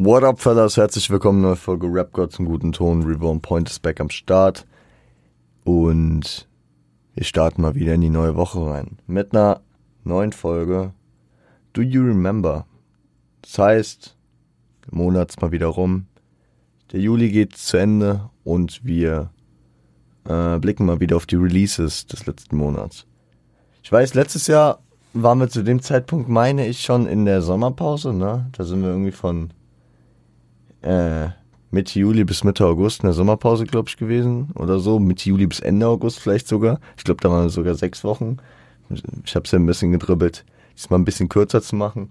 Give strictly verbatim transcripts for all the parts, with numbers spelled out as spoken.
What up, fellas? Herzlich willkommen, neue Folge Rap God zum guten Ton. Reborn Point ist back am Start. Und wir starten mal wieder in die neue Woche rein. Mit einer neuen Folge Do You Remember? Das heißt, der Monat ist mal wieder rum. Der Juli geht zu Ende und wir äh, blicken mal wieder auf die Releases des letzten Monats. Ich weiß, letztes Jahr waren wir zu dem Zeitpunkt, meine ich, schon in der Sommerpause, ne? Da sind wir irgendwie von äh, Mitte Juli bis Mitte August in der Sommerpause, glaube ich, gewesen. Oder so. Mitte Juli bis Ende August vielleicht sogar. Ich glaube, da waren wir sogar sechs Wochen. Ich habe es ja ein bisschen gedribbelt, diesmal ein bisschen kürzer zu machen.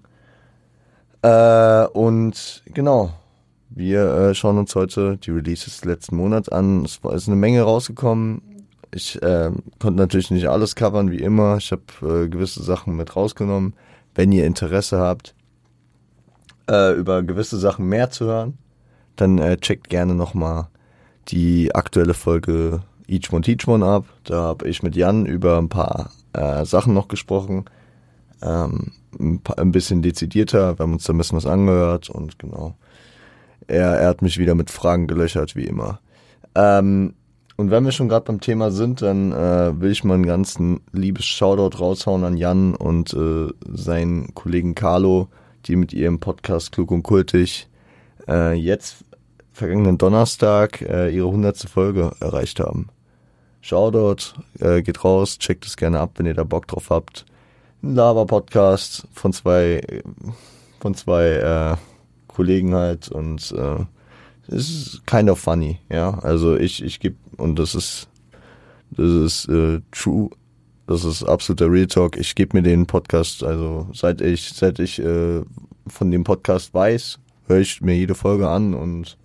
Äh, und genau, wir äh, schauen uns heute die Releases des letzten Monats an. Es war, ist eine Menge rausgekommen. Ich äh, konnte natürlich nicht alles covern, wie immer. Ich habe äh, gewisse Sachen mit rausgenommen. Wenn ihr Interesse habt, äh, über gewisse Sachen mehr zu hören, dann äh, checkt gerne nochmal die aktuelle Folge Each One Teach One ab. Da habe ich mit Jan über ein paar äh, Sachen noch gesprochen. Ähm, ein, paar, ein bisschen dezidierter. Wir haben uns da ein bisschen was angehört und genau. Er, er hat mich wieder mit Fragen gelöchert, wie immer. Ähm, Und wenn wir schon gerade beim Thema sind, dann äh, will ich mal einen ganzen liebes Shoutout raushauen an Jan und äh, seinen Kollegen Carlo, die mit ihrem Podcast Klug und Kultig äh, jetzt vergangenen Donnerstag äh, ihre hundertste Folge erreicht haben. Shoutout, äh, geht raus, checkt es gerne ab, wenn ihr da Bock drauf habt. Ein Lava-Podcast von zwei von zwei äh, Kollegen halt und äh, es ist kind of funny, ja. Also ich ich gebe, und das ist das ist äh, true, das ist absoluter Real Talk. Ich gebe mir den Podcast, also seit ich seit ich äh, von dem Podcast weiß, höre ich mir jede Folge an und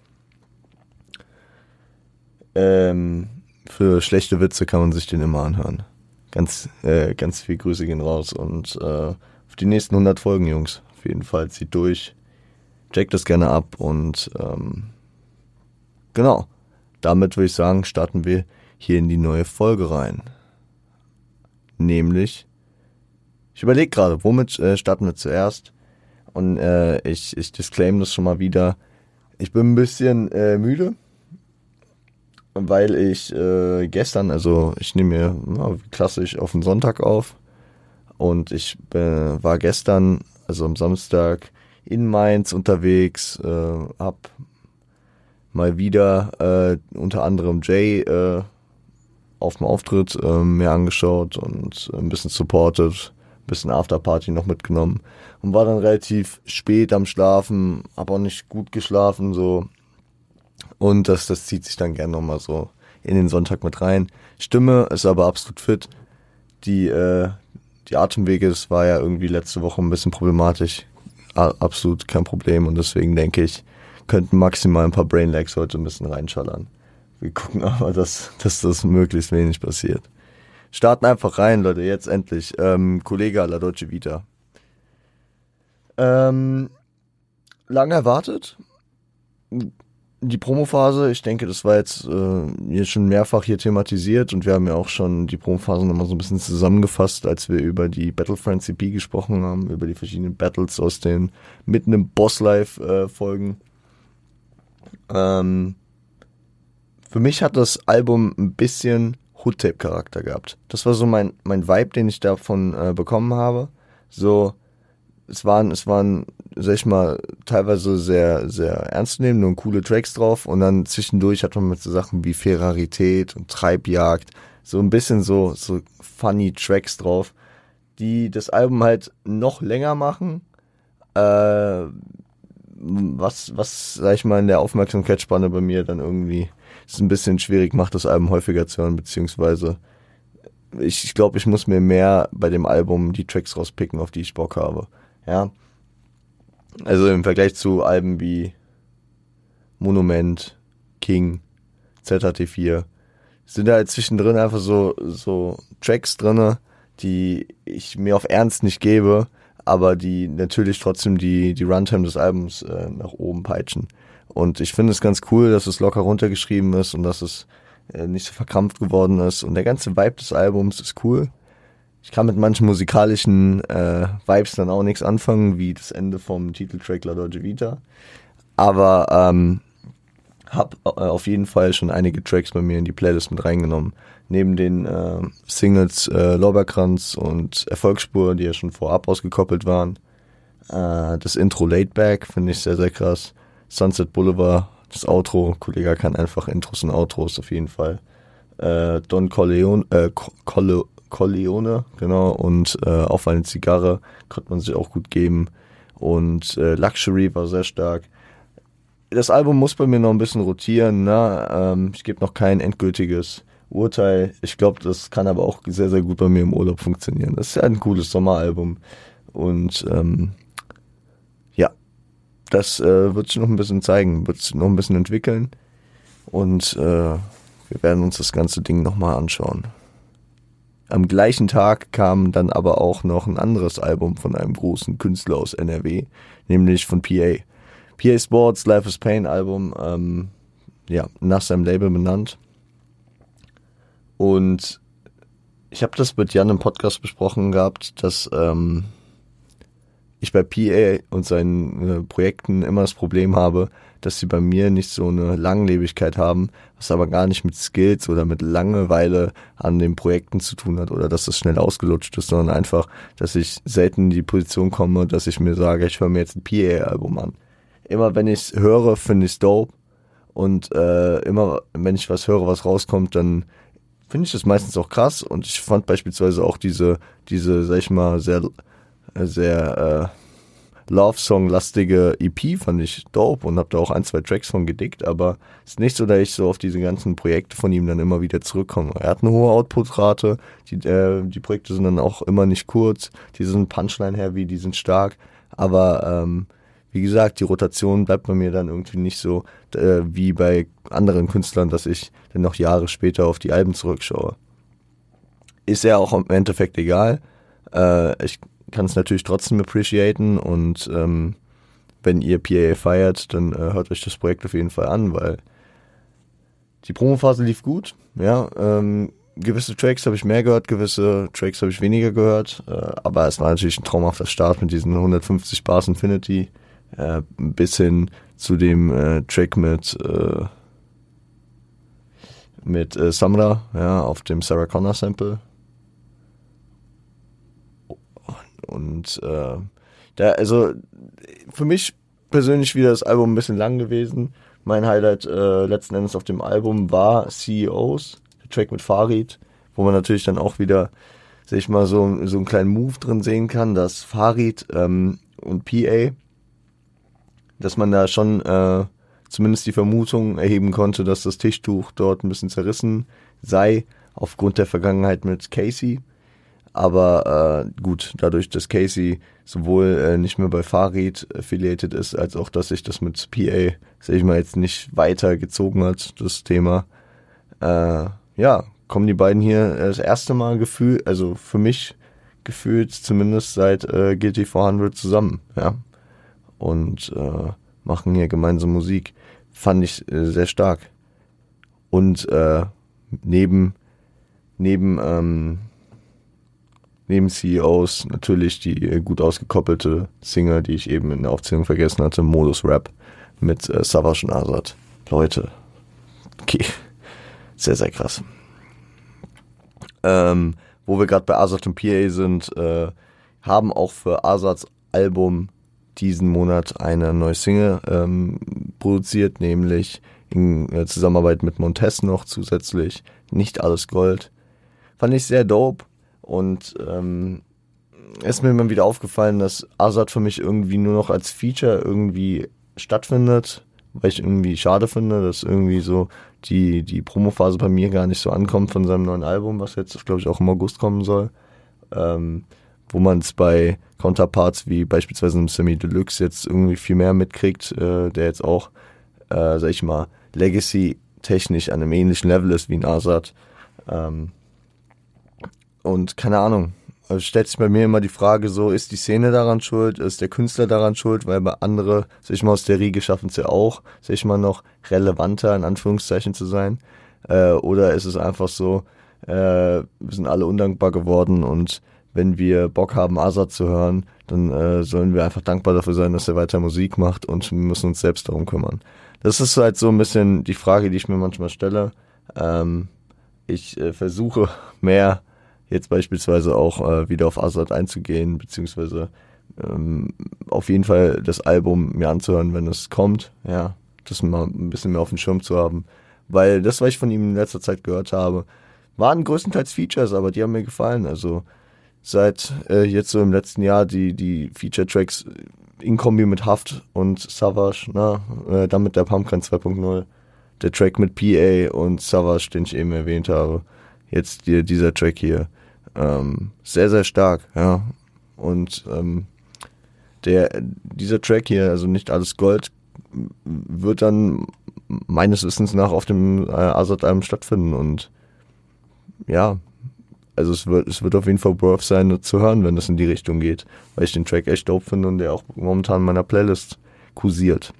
ähm, für schlechte Witze kann man sich den immer anhören. Ganz äh, ganz viel Grüße gehen raus und äh, auf die nächsten hundert Folgen, Jungs. Auf jeden Fall zieht durch, checkt das gerne ab und ähm, genau, damit würde ich sagen, starten wir hier in die neue Folge rein. Nämlich, ich überlege gerade, womit äh, starten wir zuerst? Und äh, ich, ich disclaim das schon mal wieder. Ich bin ein bisschen äh, müde, weil ich äh, gestern, also ich nehme mir ja, klassisch auf den Sonntag auf und ich äh, war gestern, also am Samstag, in Mainz unterwegs, äh, hab mal wieder äh, unter anderem Jay äh, auf dem Auftritt äh, mir angeschaut und ein bisschen supported, ein bisschen Afterparty noch mitgenommen und war dann relativ spät am Schlafen, hab auch nicht gut geschlafen so und das, das zieht sich dann gerne nochmal so in den Sonntag mit rein. Stimme ist aber absolut fit. Die, äh, die Atemwege, das war ja irgendwie letzte Woche ein bisschen problematisch. A- absolut kein Problem und deswegen denke ich, könnten maximal ein paar Brainlags heute ein bisschen reinschallern. Wir gucken aber, dass, dass das möglichst wenig passiert. Starten einfach rein, Leute, jetzt endlich. Ähm, Kollege La Dolce Vita. Ähm, lange erwartet. Die Promophase, ich denke, das war jetzt äh, hier schon mehrfach hier thematisiert und wir haben ja auch schon die Promophase nochmal so ein bisschen zusammengefasst, als wir über die Battlefront C P gesprochen haben, über die verschiedenen Battles aus den mitten im Boss-Live-Folgen. Ähm, für mich hat das Album ein bisschen Hood-Tape-Charakter gehabt. Das war so mein mein Vibe, den ich davon äh, bekommen habe. So, es waren es waren, sag ich mal, teilweise sehr sehr ernstnehmende und coole Tracks drauf und dann zwischendurch hat man mit so Sachen wie Ferrarität und Treibjagd so ein bisschen so so funny Tracks drauf, die das Album halt noch länger machen. Äh, was, was, sag ich mal, in der Aufmerksamkeitsspanne bei mir dann irgendwie ist ein bisschen schwierig macht, das Album häufiger zu hören, beziehungsweise ich, ich glaube, ich muss mir mehr bei dem Album die Tracks rauspicken, auf die ich Bock habe, ja. Also im Vergleich zu Alben wie Monument, King, Z H T vier, sind da halt zwischendrin einfach so, so Tracks drinne, die ich mir auf Ernst nicht gebe, aber die natürlich trotzdem die die Runtime des Albums äh, nach oben peitschen. Und ich finde es ganz cool, dass es locker runtergeschrieben ist und dass es äh, nicht so verkrampft geworden ist. Und der ganze Vibe des Albums ist cool. Ich kann mit manchen musikalischen äh, Vibes dann auch nichts anfangen, wie das Ende vom Titeltrack La Dolce Vita. Aber ähm, hab äh, auf jeden Fall schon einige Tracks bei mir in die Playlist mit reingenommen. Neben den äh, Singles äh, Lorbeerkranz und Erfolgsspur, die ja schon vorab ausgekoppelt waren. Äh, das Intro Laid Back finde ich sehr, sehr krass. Sunset Boulevard, das Outro. Kollege kann einfach Intros und Outros auf jeden Fall. Äh, Don Corleone, äh, Corle- Corleone, genau. Und äh, Auf eine Zigarre konnte man sich auch gut geben. Und äh, Luxury war sehr stark. Das Album muss bei mir noch ein bisschen rotieren. Ne? Ähm, ich gebe noch kein endgültiges Urteil. Ich glaube, das kann aber auch sehr, sehr gut bei mir im Urlaub funktionieren. Das ist ja ein cooles Sommeralbum. Und ähm, ja, das äh, wird sich noch ein bisschen zeigen, wird sich noch ein bisschen entwickeln. Und äh, wir werden uns das ganze Ding nochmal anschauen. Am gleichen Tag kam dann aber auch noch ein anderes Album von einem großen Künstler aus N R W, nämlich von P A. P A Sports Life is Pain Album, ähm, ja, nach seinem Label benannt. Und ich habe das mit Jan im Podcast besprochen gehabt, dass ähm, ich bei P A und seinen äh, Projekten immer das Problem habe, dass sie bei mir nicht so eine Langlebigkeit haben, was aber gar nicht mit Skills oder mit Langeweile an den Projekten zu tun hat oder dass das schnell ausgelutscht ist, sondern einfach, dass ich selten in die Position komme, dass ich mir sage, ich höre mir jetzt ein P A-Album an. Immer wenn ich es höre, finde ich es dope und äh, immer wenn ich was höre, was rauskommt, dann finde ich das meistens auch krass und ich fand beispielsweise auch diese, diese, sag ich mal, sehr, sehr äh, Love-Song-lastige E P fand ich dope und habe da auch ein, zwei Tracks von gedickt, aber es ist nicht so, dass ich so auf diese ganzen Projekte von ihm dann immer wieder zurückkomme. Er hat eine hohe Output-Rate, die, äh, die Projekte sind dann auch immer nicht kurz, die sind Punchline-heavy, die sind stark, aber ähm, wie gesagt, die Rotation bleibt bei mir dann irgendwie nicht so äh, wie bei anderen Künstlern, dass ich dann noch Jahre später auf die Alben zurückschaue. Ist ja auch im Endeffekt egal. Äh, ich kann es natürlich trotzdem appreciaten und ähm, wenn ihr P A feiert, dann äh, hört euch das Projekt auf jeden Fall an, weil die Promophase lief gut. Ja, ähm, gewisse Tracks habe ich mehr gehört, gewisse Tracks habe ich weniger gehört, äh, aber es war natürlich ein traumhafter Start mit diesen hundertfünfzig Bars Infinity. Äh, bis hin zu dem äh, Track mit äh, mit äh, Samra, ja, auf dem Sarah Connor Sample. Und äh, da, also für mich persönlich wieder das Album ein bisschen lang gewesen. Mein Highlight äh, letzten Endes auf dem Album war C E Os, der Track mit Farid, wo man natürlich dann auch wieder, sag ich mal, so, so einen kleinen Move drin sehen kann, dass Farid ähm, und P A, dass man da schon äh, zumindest die Vermutung erheben konnte, dass das Tischtuch dort ein bisschen zerrissen sei, aufgrund der Vergangenheit mit Casey. Aber äh, gut, dadurch, dass Casey sowohl äh, nicht mehr bei Farid affiliated ist, als auch, dass sich das mit P A, sag ich mal, jetzt nicht weiter gezogen hat, das Thema, äh, ja, kommen die beiden hier das erste Mal gefühlt, also für mich gefühlt zumindest seit äh, Guilty vierhundert zusammen, ja. Und äh, machen hier gemeinsam Musik. Fand ich äh, sehr stark. Und äh, neben neben ähm, neben C E Os natürlich die äh, gut ausgekoppelte Single, die ich eben in der Aufzählung vergessen hatte, Modus Rap mit äh, Savage und Azad. Leute, okay, sehr, sehr krass. Ähm, wo wir gerade bei Azad und P A sind, äh, haben auch für Azads Album diesen Monat eine neue Single ähm, produziert, nämlich in äh, Zusammenarbeit mit Montez noch zusätzlich, Nicht alles Gold. Fand ich sehr dope und ähm, ist mir immer wieder aufgefallen, dass Azad für mich irgendwie nur noch als Feature irgendwie stattfindet, weil ich irgendwie schade finde, dass irgendwie so die, die Promophase bei mir gar nicht so ankommt von seinem neuen Album, was jetzt, glaube ich, auch im August kommen soll. Ähm, wo man es bei Counterparts wie beispielsweise einem Semi Deluxe jetzt irgendwie viel mehr mitkriegt, äh, der jetzt auch, äh, sag ich mal, Legacy-technisch an einem ähnlichen Level ist wie ein Azad. Ähm, und keine Ahnung, also stellt sich bei mir immer die Frage so, ist die Szene daran schuld, ist der Künstler daran schuld, weil bei andere, sag ich mal, aus der Riege schaffen es ja auch, sag ich mal, noch relevanter in Anführungszeichen zu sein, äh, oder ist es einfach so, äh, wir sind alle undankbar geworden und wenn wir Bock haben, Azad zu hören, dann äh, sollen wir einfach dankbar dafür sein, dass er weiter Musik macht und wir müssen uns selbst darum kümmern. Das ist halt so ein bisschen die Frage, die ich mir manchmal stelle. Ähm, ich äh, versuche mehr jetzt beispielsweise auch äh, wieder auf Azad einzugehen, beziehungsweise ähm, auf jeden Fall das Album mir anzuhören, wenn es kommt, ja, das mal ein bisschen mehr auf dem Schirm zu haben. Weil das, was ich von ihm in letzter Zeit gehört habe, waren größtenteils Features, aber die haben mir gefallen. Also seit äh, jetzt so im letzten Jahr die, die Feature-Tracks in Kombi mit Haft und Savage, ne? äh, dann mit der Pumpkin zwei Punkt null, der Track mit P A und Savage, den ich eben erwähnt habe, jetzt die, dieser Track hier, ähm, sehr, sehr stark, ja. Und ähm, der dieser Track hier, also nicht alles Gold, wird dann meines Wissens nach auf dem äh, Azad-Album stattfinden und ja, also es wird, es wird auf jeden Fall worth sein zu hören, wenn das in die Richtung geht, weil ich den Track echt dope finde und der auch momentan in meiner Playlist kursiert.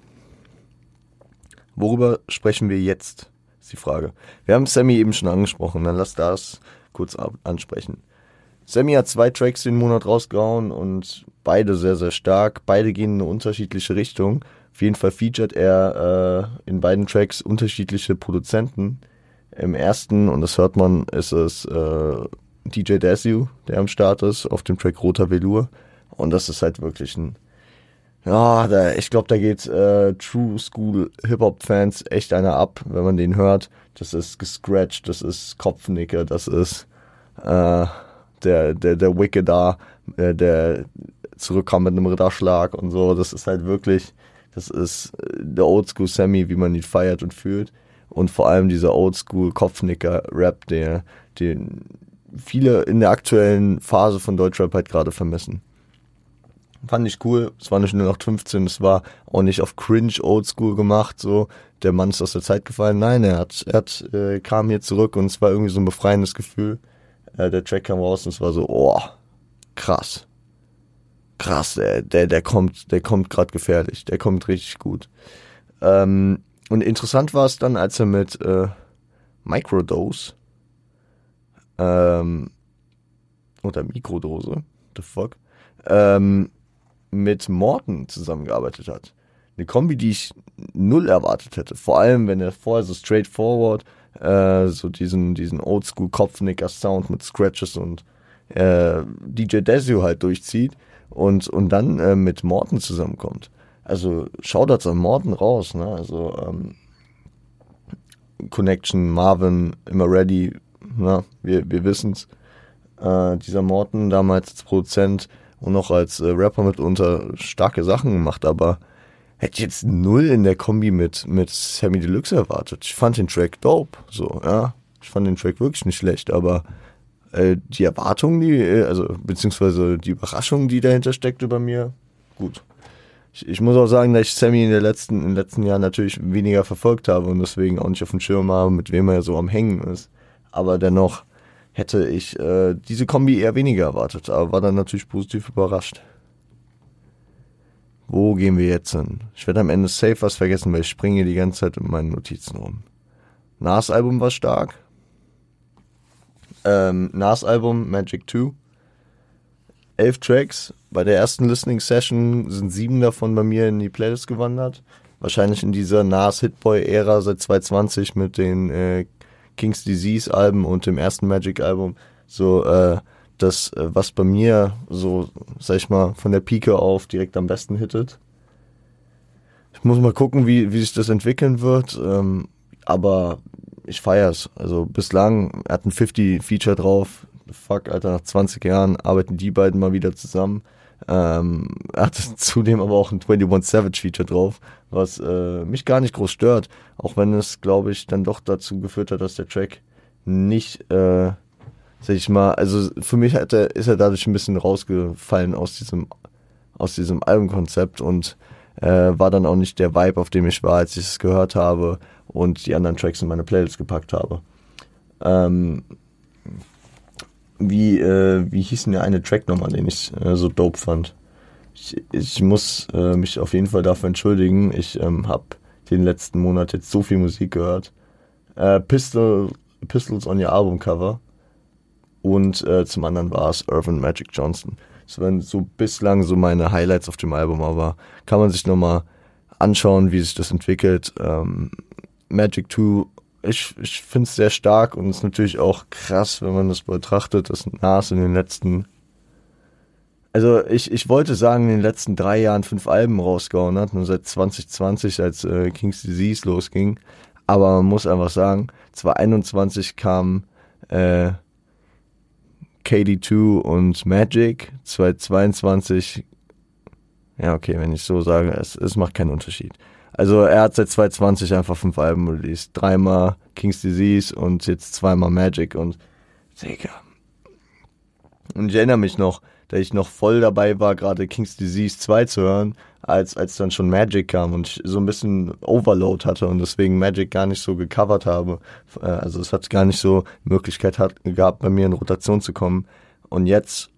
Worüber sprechen wir jetzt, ist die Frage. Wir haben Sammy eben schon angesprochen, dann lass das kurz ab- ansprechen. Sammy hat zwei Tracks den Monat rausgehauen und beide sehr, sehr stark. Beide gehen in eine unterschiedliche Richtung. Auf jeden Fall featuret er äh, in beiden Tracks unterschiedliche Produzenten. Im ersten, und das hört man, ist es äh, D J Desu, der am Start ist, auf dem Track Roter Velour. Und das ist halt wirklich ein, ja, da, ich glaube, da geht äh, True School Hip-Hop-Fans echt einer ab, wenn man den hört. Das ist gescratcht, das ist Kopfnicker, das ist äh, der, der, der Wicke da, äh, der zurückkam mit einem Ritterschlag und so. Das ist halt wirklich, das ist der Oldschool Sammy, wie man ihn feiert und fühlt. Und vor allem dieser Oldschool-Kopfnicker-Rap, der, den viele in der aktuellen Phase von Deutschrap halt gerade vermissen. Fand ich cool. Es war nicht nur noch fünfzehn, es war auch nicht auf Cringe Oldschool gemacht, so, der Mann ist aus der Zeit gefallen. Nein, er hat, er hat, äh, kam hier zurück und es war irgendwie so ein befreiendes Gefühl. Äh, der Track kam raus und es war so, oh, krass. Krass, der, der, der kommt, der kommt gerade gefährlich, der kommt richtig gut. Ähm, und interessant war es dann, als er mit äh, Microdose ähm, oder Mikrodose, the fuck, ähm, mit Morten zusammengearbeitet hat. Eine Kombi, die ich null erwartet hätte. Vor allem, wenn er vorher so straightforward äh, so diesen, diesen Oldschool-Kopfnicker-Sound mit Scratches und äh, D J Desu halt durchzieht und, und dann äh, mit Morten zusammenkommt. Also Shoutouts an Morten raus, ne? Also ähm, Connection, Marvin, immer ready, na, wir, wir wissen's. Äh, dieser Morten damals als Produzent und noch als äh, Rapper mitunter starke Sachen gemacht, aber hätte ich jetzt null in der Kombi mit, mit Sammy Deluxe erwartet. Ich fand den Track dope, so, ja. Ich fand den Track wirklich nicht schlecht, aber äh, die Erwartung, die, äh, also, beziehungsweise die Überraschung, die dahinter steckte bei mir, gut. Ich, ich muss auch sagen, dass ich Sammy in, der letzten, in den letzten Jahren natürlich weniger verfolgt habe und deswegen auch nicht auf dem Schirm habe, mit wem er so am Hängen ist. Aber dennoch hätte ich äh, diese Kombi eher weniger erwartet, aber war dann natürlich positiv überrascht. Wo gehen wir jetzt hin? Ich werde am Ende safe was vergessen, weil ich springe die ganze Zeit in meinen Notizen rum. Nas Album war stark. Ähm, Nas Album, Magic zwei. Elf Tracks. Bei der ersten Listening Session sind sieben davon bei mir in die Playlist gewandert. Wahrscheinlich in dieser Nas Hitboy-Ära seit zwanzig zwanzig mit den äh, King's Disease Alben und dem ersten Magic Album. So, äh, das, äh, was bei mir so, sag ich mal, von der Pike auf direkt am besten hittet. Ich muss mal gucken, wie, wie sich das entwickeln wird. Ähm, aber ich feier's. Also bislang, er hat ein fünfzig Feature drauf. Fuck, Alter, nach zwanzig Jahren arbeiten die beiden mal wieder zusammen. Ähm, er hatte zudem aber auch ein einundzwanzig Savage Feature drauf, was äh, mich gar nicht groß stört. Auch wenn es, glaube ich, dann doch dazu geführt hat, dass der Track nicht, äh, sag ich mal, also für mich hat er, ist er dadurch ein bisschen rausgefallen aus diesem, aus diesem Albumkonzept und äh, war dann auch nicht der Vibe, auf dem ich war, als ich es gehört habe und die anderen Tracks in meine Playlist gepackt habe. Ähm, Wie, äh, wie hieß denn der eine Track nochmal, den ich äh, so dope fand? Ich, ich muss äh, mich auf jeden Fall dafür entschuldigen. Ich ähm, habe den letzten Monat jetzt so viel Musik gehört. Äh, Pistol, Pistols on Your Album Cover. Und äh, zum anderen war es Irvin Magic Johnson. Das waren so bislang so meine Highlights auf dem Album, aber kann man sich nochmal anschauen, wie sich das entwickelt. Ähm, Magic zwei, ich, ich finde es sehr stark und es ist natürlich auch krass, wenn man das betrachtet, dass Nas in den letzten, also ich, ich wollte sagen, in den letzten drei Jahren fünf Alben rausgehauen hat, nur seit zwanzig zwanzig, als äh, King's Disease losging. Aber man muss einfach sagen, zwanzig einundzwanzig kam äh, K D zwei und Magic, zwanzig zweiundzwanzig, ja okay, wenn ich so sage, es, es macht keinen Unterschied. Also er hat seit zwanzig zwanzig einfach fünf Alben released, dreimal King's Disease und jetzt zweimal Magic und Digga. Und ich erinnere mich noch, da ich noch voll dabei war, gerade King's Disease zwei zu hören, als als dann schon Magic kam und ich so ein bisschen Overload hatte und deswegen Magic gar nicht so gecovert habe. Also es hat gar nicht so Möglichkeit hat, gehabt, bei mir in Rotation zu kommen. Und jetzt,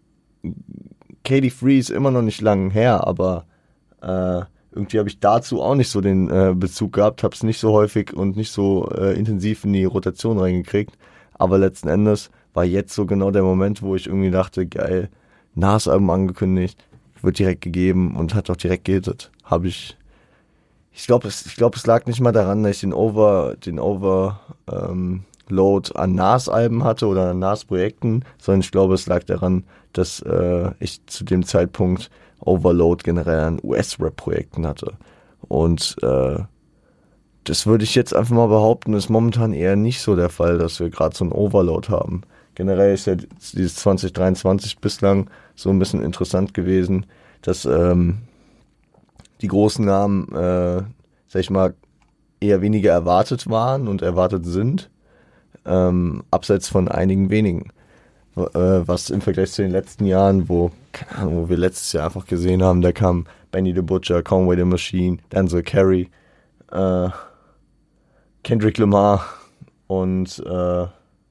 K D drei ist immer noch nicht lang her, aber äh, irgendwie habe ich dazu auch nicht so den äh, Bezug gehabt, habe es nicht so häufig und nicht so äh, intensiv in die Rotation reingekriegt. Aber letzten Endes war jetzt so genau der Moment, wo ich irgendwie dachte, geil, Nas-Album angekündigt, wird direkt gegeben und hat auch direkt gehittet. Habe ich, ich glaube, es, ich glaube, es lag nicht mal daran, dass ich den Over, den Over, ähm, Load an Nas-Alben hatte oder an Nas-Projekten, sondern ich glaube, es lag daran, dass äh, ich zu dem Zeitpunkt Overload generell an U S-Rap-Projekten hatte. Und äh, das würde ich jetzt einfach mal behaupten, ist momentan eher nicht so der Fall, dass wir gerade so ein Overload haben. Generell ist ja dieses zwanzig dreiundzwanzig bislang so ein bisschen interessant gewesen, dass ähm, die großen Namen, äh, sag ich mal, eher weniger erwartet waren und erwartet sind, ähm, abseits von einigen wenigen. Äh, was im Vergleich zu den letzten Jahren, wo, keine Ahnung, wo wir letztes Jahr einfach gesehen haben, da kam Benny the Butcher, Conway the Machine, Denzel Curry, äh, Kendrick Lamar und äh,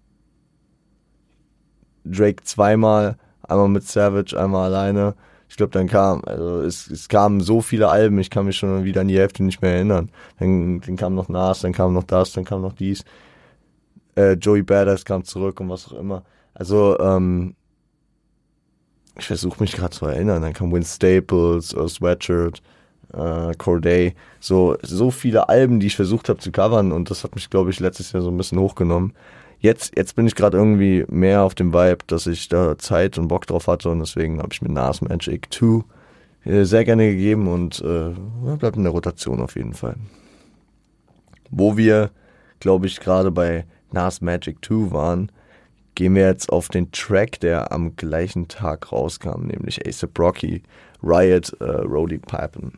Drake zweimal, einmal mit Savage, einmal alleine. Ich glaube, dann kam, also es, es kamen so viele Alben, ich kann mich schon wieder an die Hälfte nicht mehr erinnern. Dann, dann kam noch Nas, dann kam noch das, dann kam noch dies. Äh, Joey Badass kam zurück und was auch immer. Also, ähm, ich versuche mich gerade zu erinnern. Dann kam Vince Staples, uh, Sweatshirt, äh, Corday. So, so viele Alben, die ich versucht habe zu covern und das hat mich, glaube ich, letztes Jahr so ein bisschen hochgenommen. Jetzt, jetzt bin ich gerade irgendwie mehr auf dem Vibe, dass ich da Zeit und Bock drauf hatte und deswegen habe ich mir Nas Magic zwei äh, sehr gerne gegeben und äh, bleibt in der Rotation auf jeden Fall. Wo wir, glaube ich, gerade bei Nas Magic zwei waren, gehen wir jetzt auf den Track, der am gleichen Tag rauskam, nämlich A$AP Rocky, Riot, äh, Roddy Pippen.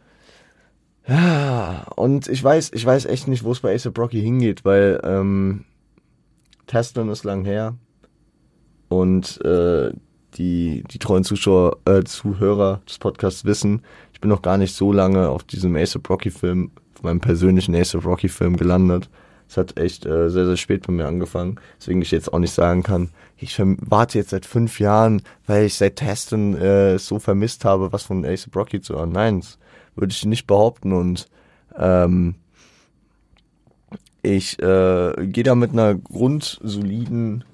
Ja, und ich weiß, ich weiß echt nicht, wo es bei A$AP Rocky hingeht, weil ähm, Testen ist lang her und äh, die, die treuen Zuschauer, äh, Zuhörer des Podcasts wissen, ich bin noch gar nicht so lange auf diesem A$AP Rocky Film, auf meinem persönlichen A$AP Rocky Film gelandet. Es hat echt äh, sehr, sehr spät bei mir angefangen, deswegen ich jetzt auch nicht sagen kann, ich warte jetzt seit fünf Jahren, weil ich seit Testen äh, so vermisst habe, was von A$AP Rocky zu hören. Nein, das würde ich nicht behaupten und ähm, ich äh, gehe da mit einer grundsoliden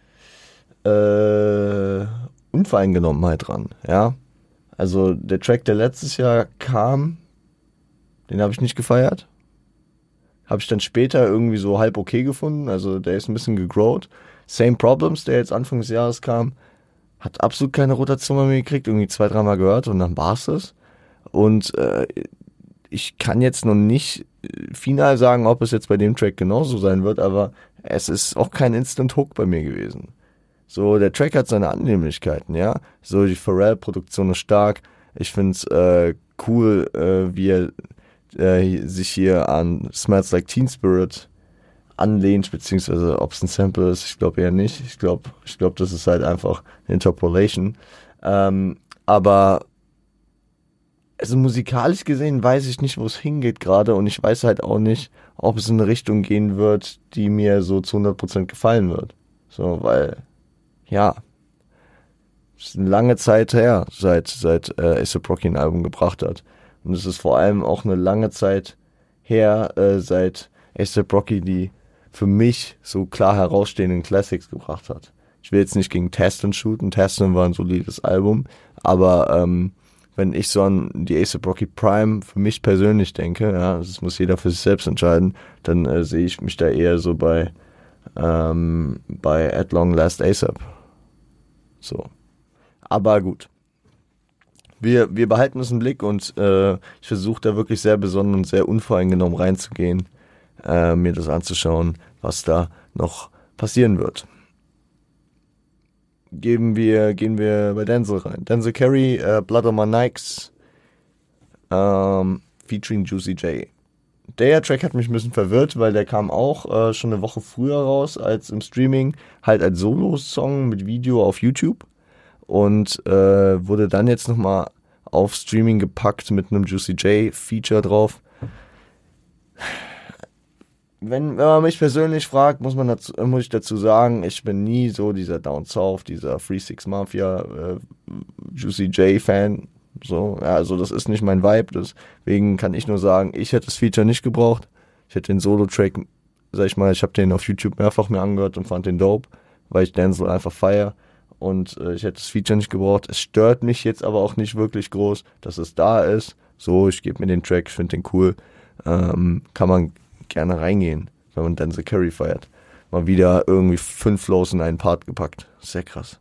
äh, Unvoreingenommenheit ran, ja. Also der Track, der letztes Jahr kam, den habe ich nicht gefeiert. Habe ich dann später irgendwie so halb okay gefunden, also der ist ein bisschen gegrowt. Same Problems, der jetzt Anfang des Jahres kam, hat absolut keine Rotation bei mir gekriegt, irgendwie zwei, dreimal gehört und dann war's das. Und äh, ich kann jetzt noch nicht final sagen, ob es jetzt bei dem Track genauso sein wird, aber es ist auch kein Instant Hook bei mir gewesen. So, der Track hat seine Annehmlichkeiten, ja. So, die Pharrell-Produktion ist stark. Ich find's äh, cool, äh, wie er äh, sich hier an Smells Like Teen Spirit anlehnt, beziehungsweise ob es ein Sample ist, ich glaube eher nicht. Ich glaube, ich glaube, das ist halt einfach eine Interpolation. Ähm, aber also musikalisch gesehen weiß ich nicht, wo es hingeht gerade und ich weiß halt auch nicht, ob es in eine Richtung gehen wird, die mir so zu hundert Prozent gefallen wird. So, weil, ja, es ist eine lange Zeit her, seit, seit äh, A$AP Rocky ein Album gebracht hat. Und es ist vor allem auch eine lange Zeit her, äh, seit A$AP Rocky die für mich so klar herausstehenden Classics gebracht hat. ich will jetzt nicht gegen Taston shooten, Taston war ein solides Album, aber ähm, wenn ich so an die A$AP Rocky Prime für mich persönlich denke, ja, das muss jeder für sich selbst entscheiden, dann äh, sehe ich mich da eher so bei ähm, bei At Long Last A$AP. So. Aber gut. Wir, wir behalten es im Blick und äh, ich versuche da wirklich sehr besonnen und sehr unvoreingenommen reinzugehen, äh, mir das anzuschauen, was da noch passieren wird. Geben wir, gehen wir bei Denzel rein. Denzel Curry, äh, Blood on My Nikes, ähm, featuring Juicy J. Der Track hat mich ein bisschen verwirrt, weil der kam auch äh, schon eine Woche früher raus als im Streaming, halt als Solo-Song mit Video auf YouTube. Und äh, wurde dann jetzt nochmal auf Streaming gepackt mit einem Juicy J Feature drauf. Wenn, wenn man mich persönlich fragt, muss man dazu, muss ich dazu sagen, ich bin nie so dieser Down South, dieser Three Six Mafia äh, Juicy J Fan. So, ja, also das ist nicht mein Vibe, deswegen kann ich nur sagen, ich hätte das Feature nicht gebraucht. Ich hätte den Solo-Track, sag ich mal, ich habe den auf YouTube mehrfach mir angehört und fand den dope, weil ich Denzel einfach feier. Und äh, ich hätte das Feature nicht gebraucht. Es stört mich jetzt aber auch nicht wirklich groß, dass es da ist. So, ich gebe mir den Track, ich finde den cool. Ähm, kann man gerne reingehen, wenn man Denzel Curry feiert. Mal wieder irgendwie fünf Flows in einen Part gepackt. Sehr krass.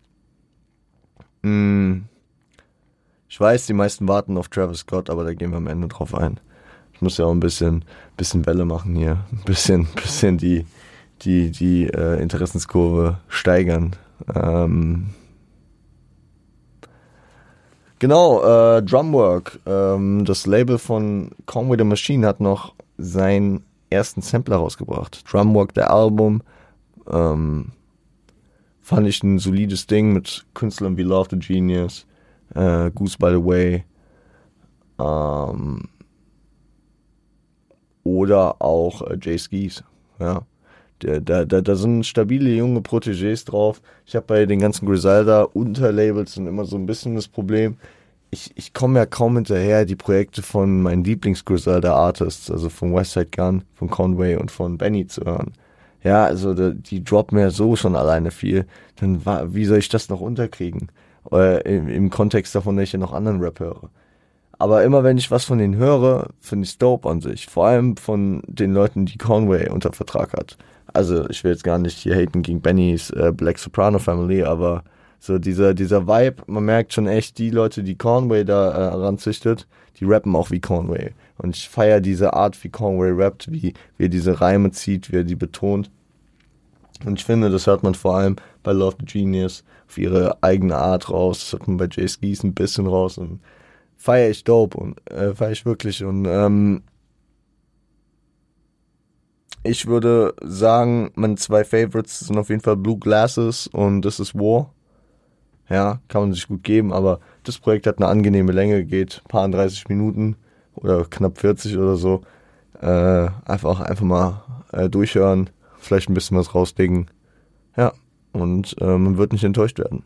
Mm. Ich weiß, die meisten warten auf Travis Scott, aber da gehen wir am Ende drauf ein. Ich muss ja auch ein bisschen, bisschen Welle machen hier. Ein bisschen, bisschen die, die, die äh, Interessenskurve steigern. Ähm genau, äh, Drumwork. Ähm, das Label von Conway the Machine hat noch seinen ersten Sampler rausgebracht. Drumwork, der Album. Ähm, fand ich ein solides Ding mit Künstlern wie Love the Genius, äh, Goose by the Way. Ähm, oder auch äh, Jay Skees. Ja. Da, da, da sind stabile junge Protégés drauf. Ich habe bei den ganzen Griselda-Unterlabels immer so ein bisschen das Problem, ich, ich komme ja kaum hinterher, die Projekte von meinen Lieblings-Griselda-Artists, also von Westside Gun, von Conway und von Benny zu hören. Ja, also die, die droppen ja so schon alleine viel. Dann war, wie soll ich das noch unterkriegen? Äh, im, Im Kontext davon, dass ich ja noch anderen Rap höre. Aber immer wenn ich was von denen höre, finde ich es dope an sich. Vor allem von den Leuten, die Conway unter Vertrag hat. Also ich will jetzt gar nicht hier haten gegen Bennys äh, Black Soprano Family, aber so dieser dieser Vibe, man merkt schon echt, die Leute, die Conway da äh, ranzüchtet, die rappen auch wie Conway. Und ich feiere diese Art, wie Conway rappt, wie, wie er diese Reime zieht, wie er die betont. Und ich finde, das hört man vor allem bei Love the Genius auf ihre eigene Art raus. Das hört man bei Jay Skees ein bisschen raus und feiere ich dope und äh, feiere ich wirklich. Und ähm, ich würde sagen, meine zwei Favorites sind auf jeden Fall Blue Glasses und This Is War. Ja, kann man sich gut geben, aber das Projekt hat eine angenehme Länge, geht ein paar dreißig Minuten oder knapp vierzig oder so. Äh, einfach, einfach mal äh, durchhören, vielleicht ein bisschen was rauslegen. Ja, und äh, man wird nicht enttäuscht werden.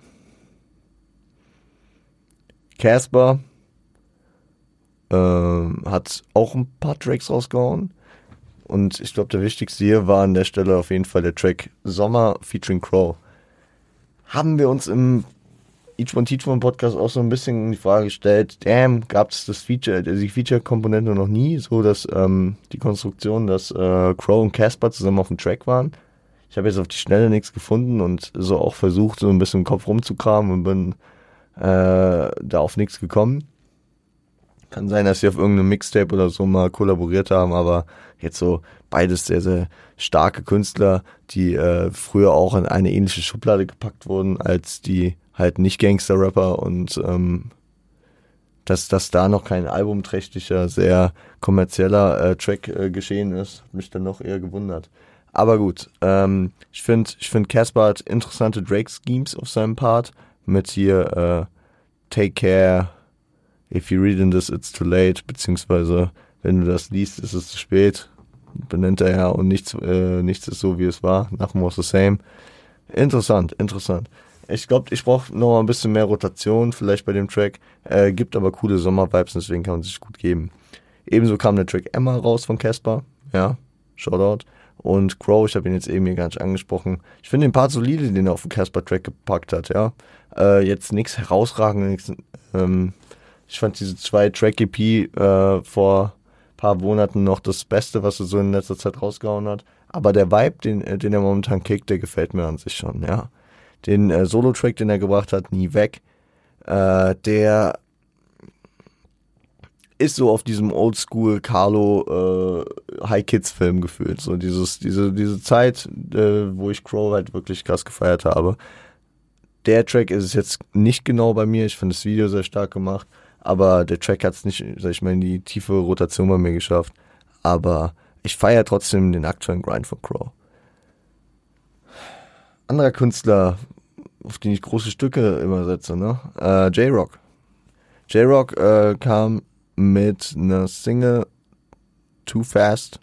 Casper äh, hat auch ein paar Tracks rausgehauen. Und ich glaube, der wichtigste hier war an der Stelle auf jeden Fall der Track Sommer featuring Crow. Haben wir uns im Each One Teach One Podcast auch so ein bisschen die Frage gestellt, damn, gab es das Feature, die Feature-Komponente noch nie, so dass ähm, die Konstruktion, dass äh, Crow und Casper zusammen auf dem Track waren. Ich habe jetzt auf die Schnelle nichts gefunden und so auch versucht, so ein bisschen im Kopf rumzukramen und bin äh, da auf nichts gekommen. Kann sein, dass sie auf irgendeinem Mixtape oder so mal kollaboriert haben, aber jetzt so beides sehr, sehr starke Künstler, die äh, früher auch in eine ähnliche Schublade gepackt wurden als die halt nicht Gangster-Rapper und ähm, dass, dass da noch kein albumträchtiger, sehr kommerzieller äh, Track äh, geschehen ist, hat mich dann noch eher gewundert. Aber gut, ähm, ich finde, ich finde Casper hat interessante Drake-Schemes auf seinem Part mit hier äh, Take Care, If you're reading this, it's too late, beziehungsweise wenn du das liest, ist es zu spät, benennt er ja, und nichts, äh, nichts ist so, wie es war, nothing was the same. Interessant, interessant. Ich glaube, ich brauche noch mal ein bisschen mehr Rotation, vielleicht bei dem Track, äh, gibt aber coole Sommer-Vibes, deswegen kann man sich gut geben. Ebenso kam der Track Emma raus von Casper, ja, Shoutout. Und Crow, ich habe ihn jetzt eben hier gar nicht angesprochen. Ich finde den Part solide, den er auf den Casper-Track gepackt hat, ja. Äh, jetzt nichts herausragendes. Ähm, ich fand diese zwei Track-E P äh, vor ein paar Monaten noch das Beste, was er so in letzter Zeit rausgehauen hat. Aber der Vibe, den, den er momentan kickt, der gefällt mir an sich schon, ja. Den äh, Solo-Track, den er gebracht hat, Nie weg, äh, der ist so auf diesem Oldschool Carlo äh, High Kids Film gefühlt. So dieses, diese, diese Zeit, äh, wo ich Crow halt wirklich krass gefeiert habe. Der Track ist es jetzt nicht genau bei mir. Ich finde das Video sehr stark gemacht. Aber der Track hat es nicht, sag ich mal, in die tiefe Rotation bei mir geschafft. Aber ich feiere trotzdem den aktuellen Grind von Crow. Anderer Künstler, auf den ich große Stücke immer setze, ne? Äh, J-Rock. J-Rock äh, kam mit einer Single Too Fast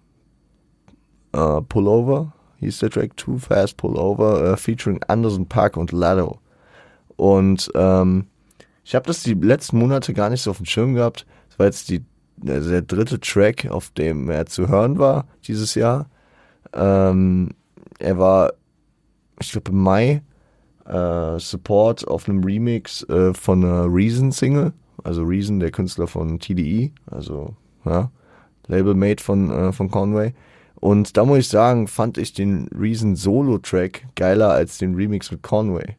uh, Pullover, hieß der Track, Too Fast Pullover, uh, featuring Anderson .Paak und Latto. Und ähm, ich habe das die letzten Monate gar nicht so auf dem Schirm gehabt. Das war jetzt die, also der dritte Track, auf dem er zu hören war dieses Jahr. Ähm, er war, ich glaube im Mai, äh, Support auf einem Remix äh, von einer Reason-Single. Also Reason, der Künstler von T D E, also ja, Labelmate von, äh, von Conway. Und da muss ich sagen, fand ich den Reason Solo-Track geiler als den Remix mit Conway.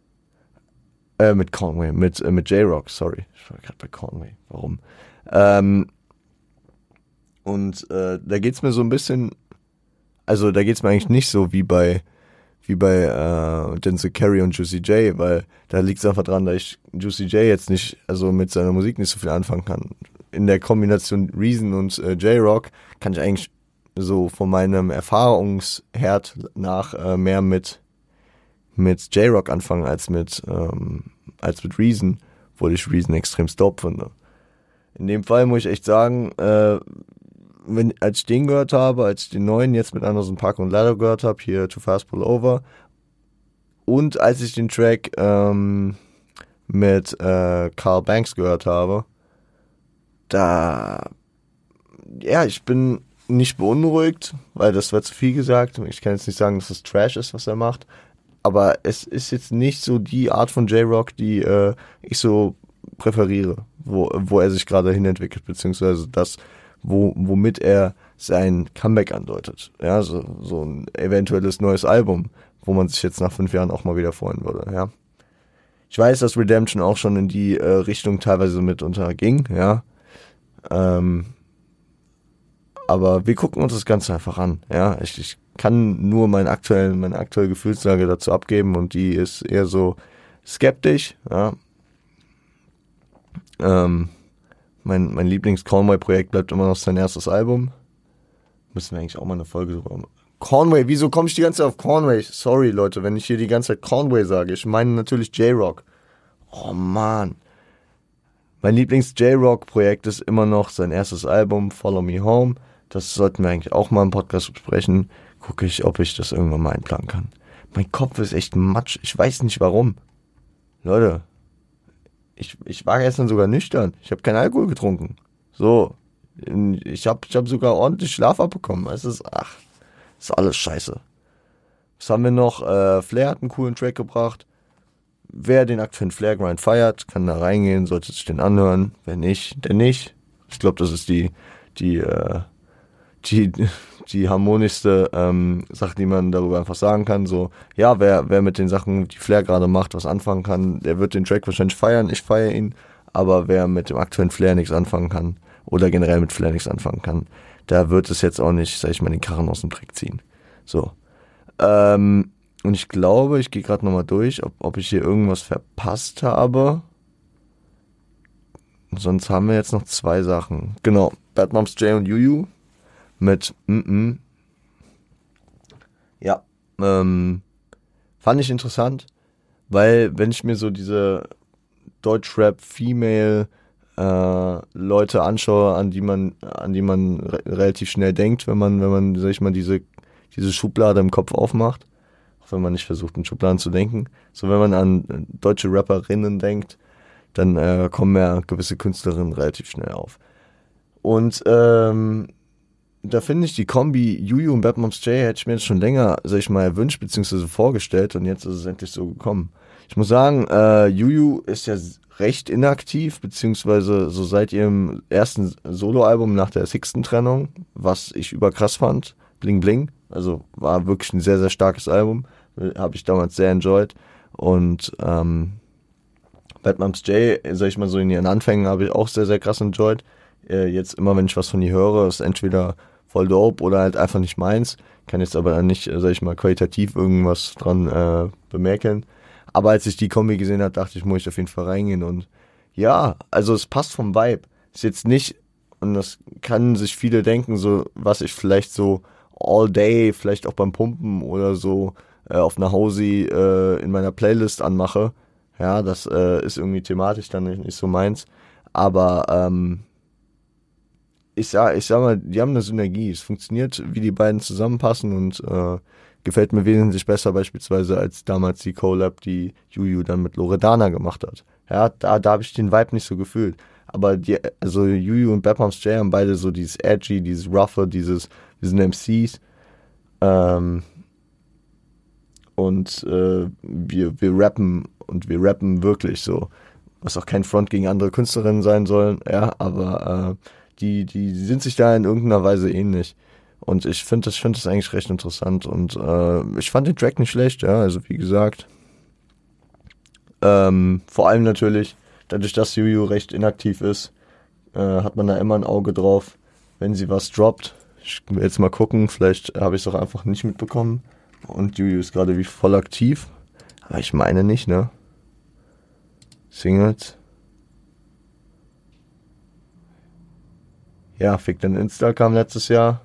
Äh, mit Conway, mit, äh, mit J-Rock, sorry. Ich war gerade bei Conway, warum? Ähm, und äh, da geht's mir so ein bisschen, also da geht's mir eigentlich nicht so wie bei wie bei äh, Denzel Curry und Juicy J, weil da liegt es einfach dran, dass ich Juicy J jetzt nicht, also mit seiner Musik nicht so viel anfangen kann. In der Kombination Reason und äh, J-Rock kann ich eigentlich so von meinem Erfahrungsherd nach äh, mehr mit mit J-Rock anfangen als mit ähm, als mit Reason, obwohl ich Reason extrem dope finde. In dem Fall muss ich echt sagen, äh, wenn, als ich den gehört habe, als ich den neuen jetzt mit Anderson .Paak und Latto gehört habe, hier Too Fast Pullover, und als ich den Track ähm, mit äh, Carl Banks gehört habe, da, ja, ich bin nicht beunruhigt, weil das war zu viel gesagt. Ich kann jetzt nicht sagen, dass es Trash ist, was er macht, aber es ist jetzt nicht so die Art von J-Rock, die äh, ich so präferiere, wo, wo er sich gerade hinentwickelt, beziehungsweise das, Wo, womit er sein Comeback andeutet. Ja, so, so ein eventuelles neues Album, wo man sich jetzt nach fünf Jahren auch mal wieder freuen würde, ja. Ich weiß, dass Redemption auch schon in die äh, Richtung teilweise mitunter ging, ja. Ähm, aber wir gucken uns das Ganze einfach an, ja. Ich, ich kann nur meine aktuelle, meine aktuelle Gefühlslage dazu abgeben und die ist eher so skeptisch, ja. Ähm, Mein, mein Lieblings-Conway-Projekt bleibt immer noch sein erstes Album. Müssen wir eigentlich auch mal eine Folge drüber machen. Conway, wieso komme ich die ganze Zeit auf Conway? Sorry, Leute, wenn ich hier die ganze Zeit Conway sage. Ich meine natürlich J-Rock. Oh, Mann. Mein Lieblings-J-Rock-Projekt ist immer noch sein erstes Album, Follow Me Home. Das sollten wir eigentlich auch mal im Podcast besprechen. Gucke ich, ob ich das irgendwann mal einplanen kann. Mein Kopf ist echt matsch. Ich weiß nicht warum. Leute, Ich, ich war gestern sogar nüchtern. Ich habe keinen Alkohol getrunken. So. Ich habe ich hab sogar ordentlich Schlaf abbekommen. Es ist, ach, ist alles scheiße. Was haben wir noch? Äh, Flair hat einen coolen Track gebracht. Wer den aktuellen Flair-Grind feiert, kann da reingehen, sollte sich den anhören. Wer nicht, der nicht. Ich glaube, das ist die, die, äh, die, die harmonischste ähm, Sache, die man darüber einfach sagen kann. So, ja, wer, wer mit den Sachen, die Flair gerade macht, was anfangen kann, der wird den Track wahrscheinlich feiern. Ich feiere ihn. Aber wer mit dem aktuellen Flair nichts anfangen kann oder generell mit Flair nichts anfangen kann, da wird es jetzt auch nicht, sag ich mal, den Karren aus dem Dreck ziehen. So. Ähm, und ich glaube, ich gehe gerade nochmal durch, ob, ob ich hier irgendwas verpasst habe. Sonst haben wir jetzt noch zwei Sachen. Genau, Bad Moms J und Juju mit mm-mm. Ja, ähm, fand ich interessant, weil wenn ich mir so diese Deutschrap-Female äh, Leute anschaue, an die man, an die man re- relativ schnell denkt, wenn man, wenn man, sag ich mal, diese, diese Schublade im Kopf aufmacht, auch wenn man nicht versucht, in Schubladen zu denken. So, wenn man an deutsche Rapperinnen denkt, dann äh, kommen ja gewisse Künstlerinnen relativ schnell auf. Und ähm, da finde ich die Kombi Juju und Bad Moms J hätte ich mir jetzt schon länger, sag ich mal, erwünscht bzw. vorgestellt und jetzt ist es endlich so gekommen. Ich muss sagen, äh, Juju ist ja recht inaktiv, beziehungsweise so seit ihrem ersten Soloalbum nach der sechsten Trennung, was ich überkrass fand, Bling Bling, also war wirklich ein sehr, sehr starkes Album, habe ich damals sehr enjoyed und ähm, Bad Moms J, sag ich mal so in ihren Anfängen, habe ich auch sehr, sehr krass enjoyed. Äh, jetzt immer, wenn ich was von ihr höre, ist entweder voll dope oder halt einfach nicht meins, kann jetzt aber dann nicht, sag ich mal, qualitativ irgendwas dran äh, bemerken. Aber als ich die Kombi gesehen habe, dachte ich, muss ich auf jeden Fall reingehen und ja, also es passt vom Vibe. Ist jetzt nicht, und das kann sich viele denken, so was ich vielleicht so all day, vielleicht auch beim Pumpen oder so äh, auf einer Hausi äh, in meiner Playlist anmache. Ja, das äh, ist irgendwie thematisch dann nicht, nicht so meins. Aber ähm, ich sag, ich sag mal, die haben eine Synergie. Es funktioniert, wie die beiden zusammenpassen und äh, gefällt mir wesentlich besser beispielsweise als damals die Collab, die Juju dann mit Loredana gemacht hat. Ja, da, da habe ich den Vibe nicht so gefühlt. Aber die, also Juju und Bad Moms J haben beide so dieses Edgy, dieses Roughe, dieses, wir sind M Cs. Ähm, und äh, wir, wir rappen und wir rappen wirklich so. Was auch kein Front gegen andere Künstlerinnen sein sollen, ja, aber äh, die, die sind sich da in irgendeiner Weise ähnlich. Und ich finde das, find das eigentlich recht interessant. Und äh, ich fand den Track nicht schlecht, ja, also wie gesagt. Ähm, vor allem natürlich, dadurch, dass Juju recht inaktiv ist, äh, hat man da immer ein Auge drauf, wenn sie was droppt. Ich will jetzt mal gucken, vielleicht habe ich es auch einfach nicht mitbekommen. Und Juju ist gerade wie voll aktiv. Aber ich meine nicht, ne? Singles. Ja, Fick dein Insta kam letztes Jahr.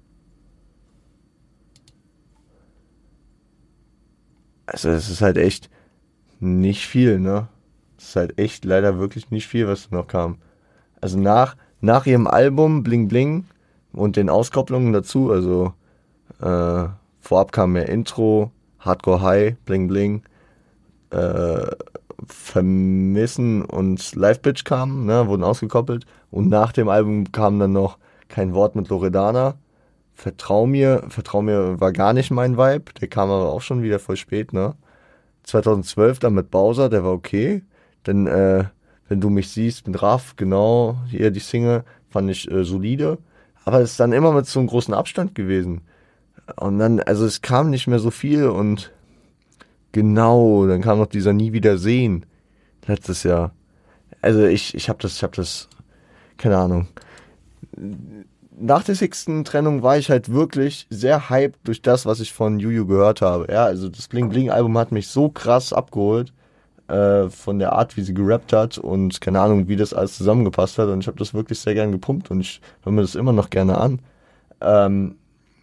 Also es ist halt echt nicht viel, ne? Es ist halt echt leider wirklich nicht viel, was noch kam. Also nach, nach ihrem Album Bling Bling und den Auskopplungen dazu, also äh, vorab kam mehr Intro, Hardcore High, Bling Bling, äh, Vermissen und Live Bitch kamen, ne, wurden ausgekoppelt. Und nach dem Album kam dann noch Kein Wort mit Loredana. Vertrau mir, Vertrau mir war gar nicht mein Vibe. Der kam aber auch schon wieder voll spät, ne. zweitausendzwölf dann mit Bowser, der war okay. Dann, äh, wenn du mich siehst, mit Raff, genau, hier die Single, fand ich äh, solide. Aber es ist dann immer mit so einem großen Abstand gewesen. Und dann, also es kam nicht mehr so viel und genau, dann kam noch dieser Nie Wiedersehen letztes Jahr. Also ich, ich hab das, ich hab das, keine Ahnung. Nach der sechsten Trennung war ich halt wirklich sehr hyped durch das, was ich von Juju gehört habe. Ja, also das Bling Bling Album hat mich so krass abgeholt, äh, von der Art, wie sie gerappt hat und keine Ahnung, wie das alles zusammengepasst hat. Und ich habe das wirklich sehr gern gepumpt und ich höre mir das immer noch gerne an. Ähm,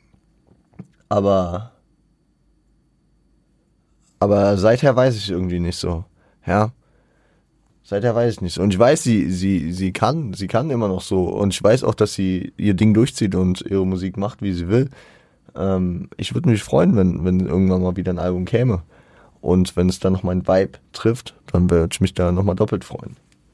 aber aber seither weiß ich irgendwie nicht so. Ja. Seither weiß ich nicht so. Und ich weiß, sie, sie, sie kann, sie kann immer noch so. Und ich weiß auch, dass sie ihr Ding durchzieht und ihre Musik macht, wie sie will. Ähm, ich würde mich freuen, wenn, wenn irgendwann mal wieder ein Album käme. Und wenn es dann noch meinen Vibe trifft, dann würde ich mich da nochmal doppelt freuen.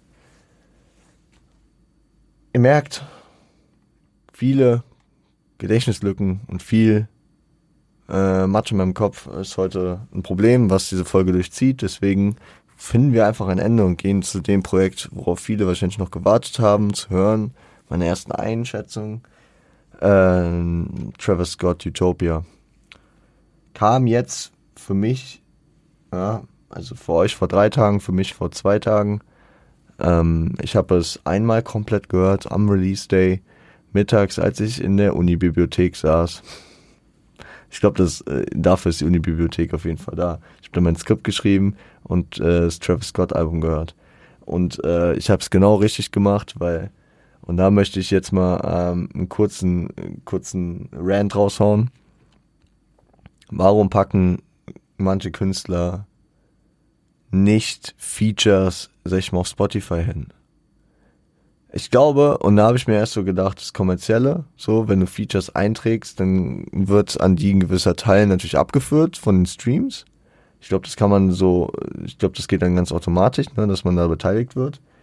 Ihr merkt, viele Gedächtnislücken und viel äh, Matsch in meinem Kopf ist heute ein Problem, was diese Folge durchzieht. Deswegen finden wir einfach ein Ende und gehen zu dem Projekt, worauf viele wahrscheinlich noch gewartet haben, zu hören. Meine ersten Einschätzungen. Äh, Travis Scott, Utopia. Kam jetzt für mich, ja, also für euch vor drei Tagen, für mich vor zwei Tagen. Ähm, ich habe es einmal komplett gehört am Release Day, mittags, als ich in der Uni-Bibliothek saß. Ich glaube, das äh, dafür ist die Uni-Bibliothek auf jeden Fall da. Ich habe da mein Skript geschrieben und äh, das Travis Scott-Album gehört. Und äh, ich habe es genau richtig gemacht, weil, und da möchte ich jetzt mal ähm, einen kurzen, kurzen Rant raushauen. Warum packen manche Künstler nicht Features, sag ich mal, auf Spotify hin? Ich glaube, und da habe ich mir erst so gedacht, das Kommerzielle, so, wenn du Features einträgst, dann wird an die ein gewisser Teil natürlich abgeführt von den Streams. Ich glaube, das kann man so, ich glaube, das geht dann ganz automatisch, ne, dass man da beteiligt wird.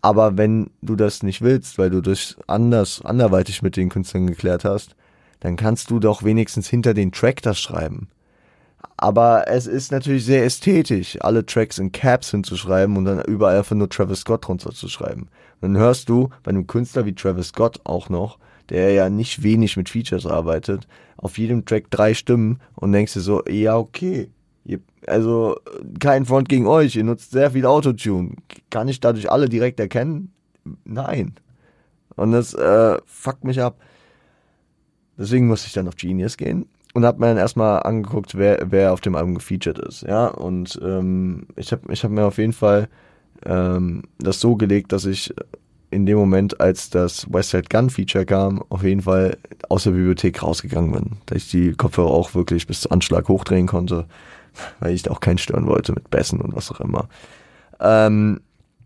Aber wenn du das nicht willst, weil du das anders, anderweitig mit den Künstlern geklärt hast, dann kannst du doch wenigstens hinter den Track das schreiben. Aber es ist natürlich sehr ästhetisch, alle Tracks in Caps hinzuschreiben und dann überall einfach nur Travis Scott drunter zu schreiben. Und dann hörst du bei einem Künstler wie Travis Scott auch noch, der ja nicht wenig mit Features arbeitet, auf jedem Track drei Stimmen und denkst dir so, ja okay, ihr, also kein Front gegen euch, ihr nutzt sehr viel Autotune. Kann ich dadurch alle direkt erkennen? Nein. Und das äh, fuckt mich ab. Deswegen musste ich dann auf Genius gehen. Und hab mir dann erstmal angeguckt, wer wer auf dem Album gefeatured ist, ja. Und ähm, ich habe ich hab mir auf jeden Fall ähm, das so gelegt, dass ich in dem Moment, als das Westside Gun Feature kam, auf jeden Fall aus der Bibliothek rausgegangen bin. Dass ich die Kopfhörer auch wirklich bis zum Anschlag hochdrehen konnte, weil ich da auch keinen stören wollte mit Bässen und was auch immer. Ähm,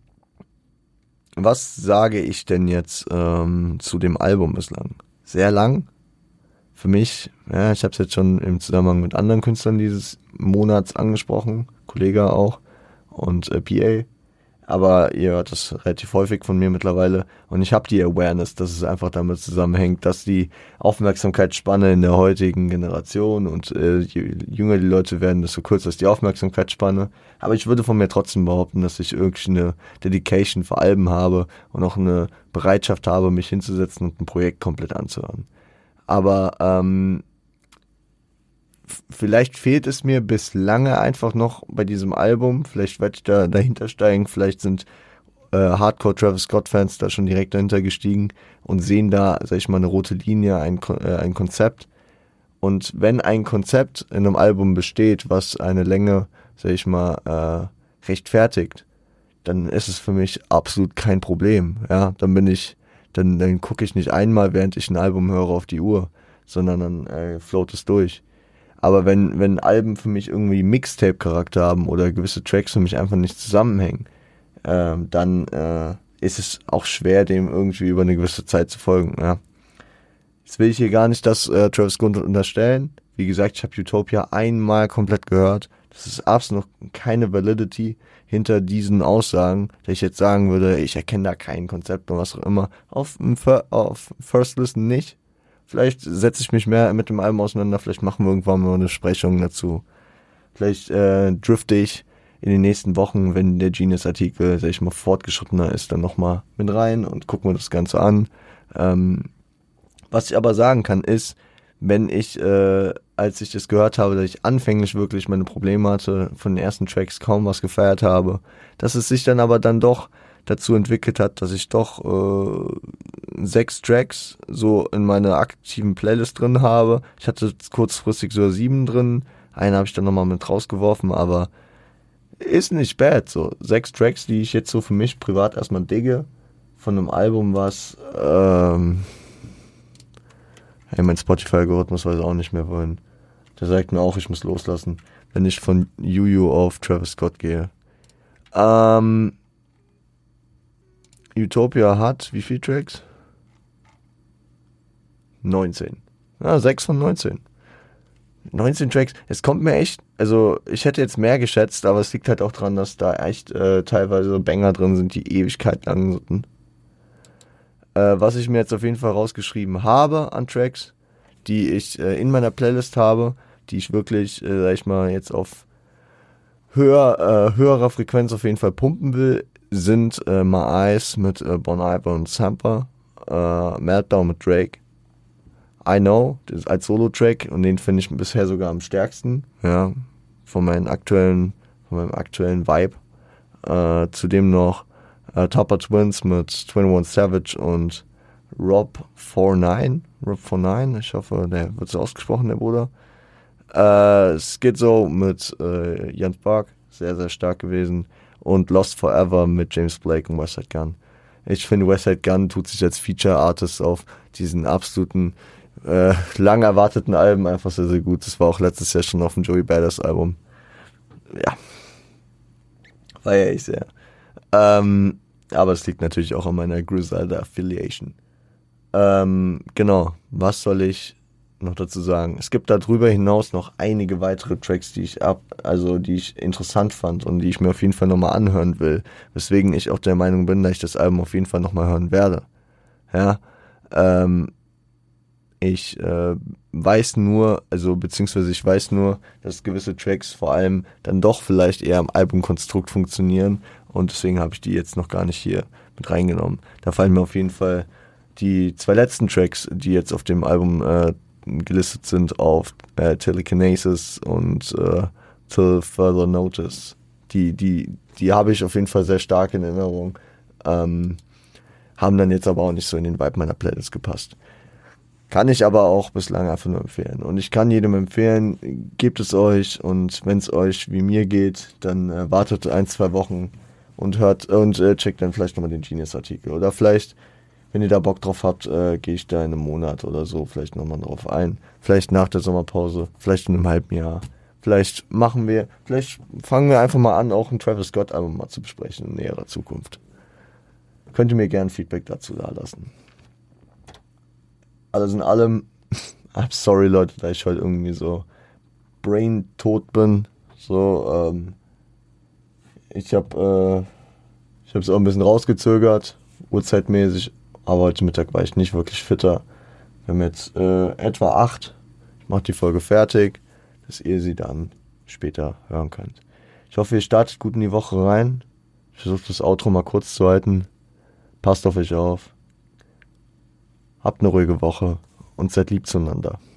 was sage ich denn jetzt ähm, zu dem Album bislang? Sehr lang. Für mich, ja, ich habe es jetzt schon im Zusammenhang mit anderen Künstlern dieses Monats angesprochen, Kollege auch und äh, P A, aber ihr hört das relativ häufig von mir mittlerweile und ich habe die Awareness, dass es einfach damit zusammenhängt, dass die Aufmerksamkeitsspanne in der heutigen Generation und äh, je jünger die Leute werden, desto kürzer ist die Aufmerksamkeitsspanne, aber ich würde von mir trotzdem behaupten, dass ich irgendwie eine Dedication für Alben habe und auch eine Bereitschaft habe, mich hinzusetzen und ein Projekt komplett anzuhören. Aber ähm, f- vielleicht fehlt es mir bislang einfach noch bei diesem Album. Vielleicht werde ich da dahinter steigen. Vielleicht sind äh, Hardcore Travis Scott Fans da schon direkt dahinter gestiegen und sehen da, sag ich mal, eine rote Linie, ein, Ko- äh, ein Konzept. Und wenn ein Konzept in einem Album besteht, was eine Länge, sag ich mal, äh, rechtfertigt, dann ist es für mich absolut kein Problem. Ja, dann bin ich Dann, dann gucke ich nicht einmal, während ich ein Album höre, auf die Uhr, sondern dann äh, float es durch. Aber wenn, wenn Alben für mich irgendwie Mixtape-Charakter haben oder gewisse Tracks für mich einfach nicht zusammenhängen, ähm, dann äh, ist es auch schwer, dem irgendwie über eine gewisse Zeit zu folgen. Ja. Jetzt will ich hier gar nicht das äh, Travis Scott unterstellen. Wie gesagt, ich habe Utopia einmal komplett gehört. Das ist absolut noch keine Validity hinter diesen Aussagen, dass ich jetzt sagen würde, ich erkenne da kein Konzept oder was auch immer. Auf, auf First Listen nicht. Vielleicht setze ich mich mehr mit dem Album auseinander, vielleicht machen wir irgendwann mal eine Besprechung dazu. Vielleicht äh, drifte ich in den nächsten Wochen, wenn der Genius-Artikel, sag ich mal, fortgeschrittener ist, dann nochmal mit rein und gucken wir das Ganze an. Ähm, was ich aber sagen kann, ist, wenn ich, äh, als ich das gehört habe, dass ich anfänglich wirklich meine Probleme hatte, von den ersten Tracks kaum was gefeiert habe, dass es sich dann aber dann doch dazu entwickelt hat, dass ich doch äh, sechs Tracks so in meiner aktiven Playlist drin habe. Ich hatte kurzfristig so sieben drin, einen habe ich dann nochmal mit rausgeworfen, aber ist nicht bad, so. Sechs Tracks, die ich jetzt so für mich privat erstmal digge, von einem Album, was, ähm, hey, mein Spotify-Algorithmus weiß auch nicht mehr wohin. Der sagt mir auch, ich muss loslassen, wenn ich von Juju auf Travis Scott gehe. Ähm, Utopia hat wie viele Tracks? neunzehn. Ja, sechs von neunzehn. neunzehn Tracks. Es kommt mir echt, also ich hätte jetzt mehr geschätzt, aber es liegt halt auch dran, dass da echt äh, teilweise Banger drin sind, die Ewigkeit lang sind. Äh, was ich mir jetzt auf jeden Fall rausgeschrieben habe an Tracks, die ich äh, in meiner Playlist habe, die ich wirklich, äh, sag ich mal, jetzt auf höher, äh, höherer Frequenz auf jeden Fall pumpen will, sind äh, My Eyes mit äh, Bon Iver und Sampa, äh, Meltdown mit Drake, I Know, das ist als Solo-Track und den finde ich bisher sogar am stärksten, ja, von meinen aktuellen, von meinem aktuellen Vibe. Äh, zudem noch äh, Topper Twins mit einundzwanzig Savage und Rob neunundvierzig, Rob neunundvierzig, ich hoffe, der wird so ausgesprochen, der Bruder. Äh, Schizo mit äh, Jens Bark, sehr, sehr stark gewesen. Und Lost Forever mit James Blake und Westside Gun. Ich finde, Westside Gun tut sich als Feature-Artist auf diesen absoluten, äh, lang erwarteten Alben einfach sehr, sehr gut. Das war auch letztes Jahr schon auf dem Joey Badass Album. Ja. Feier ich sehr. Ähm, aber es liegt natürlich auch an meiner Griselda Affiliation. Ähm, genau. Was soll ich noch dazu sagen. Es gibt darüber hinaus noch einige weitere Tracks, die ich ab, also die ich interessant fand und die ich mir auf jeden Fall nochmal anhören will. Weswegen ich auch der Meinung bin, dass ich das Album auf jeden Fall nochmal hören werde. Ja, ähm, ich äh, weiß nur, also beziehungsweise ich weiß nur, dass gewisse Tracks vor allem dann doch vielleicht eher im Albumkonstrukt funktionieren und deswegen habe ich die jetzt noch gar nicht hier mit reingenommen. Da fallen mir auf jeden Fall die zwei letzten Tracks, die jetzt auf dem Album äh, gelistet sind, auf äh, Telekinesis und äh, Till Further Notice. Die, die, die habe ich auf jeden Fall sehr stark in Erinnerung. Ähm, haben dann jetzt aber auch nicht so in den Vibe meiner Playlist gepasst. Kann ich aber auch bislang einfach nur empfehlen. Und ich kann jedem empfehlen, gebt es euch und wenn es euch wie mir geht, dann äh, wartet ein, zwei Wochen und hört und äh, checkt dann vielleicht nochmal den Genius-Artikel. Oder vielleicht, wenn ihr da Bock drauf habt, äh, gehe ich da in einem Monat oder so vielleicht nochmal drauf ein. Vielleicht nach der Sommerpause, vielleicht in einem halben Jahr. Vielleicht machen wir, vielleicht fangen wir einfach mal an, auch ein Travis Scott-Album mal zu besprechen in näherer Zukunft. Könnt ihr mir gerne Feedback dazu da lassen. Alles in allem, I'm sorry Leute, da ich heute irgendwie so brain tot bin. So, ähm, ich hab, äh, ich hab's auch ein bisschen rausgezögert, uhrzeitmäßig, aber heute Mittag war ich nicht wirklich fitter. Wir haben jetzt äh, etwa acht. Ich mach die Folge fertig, dass ihr sie dann später hören könnt. Ich hoffe, ihr startet gut in die Woche rein. Ich versuche das Outro mal kurz zu halten. Passt auf euch auf. Habt eine ruhige Woche und seid lieb zueinander.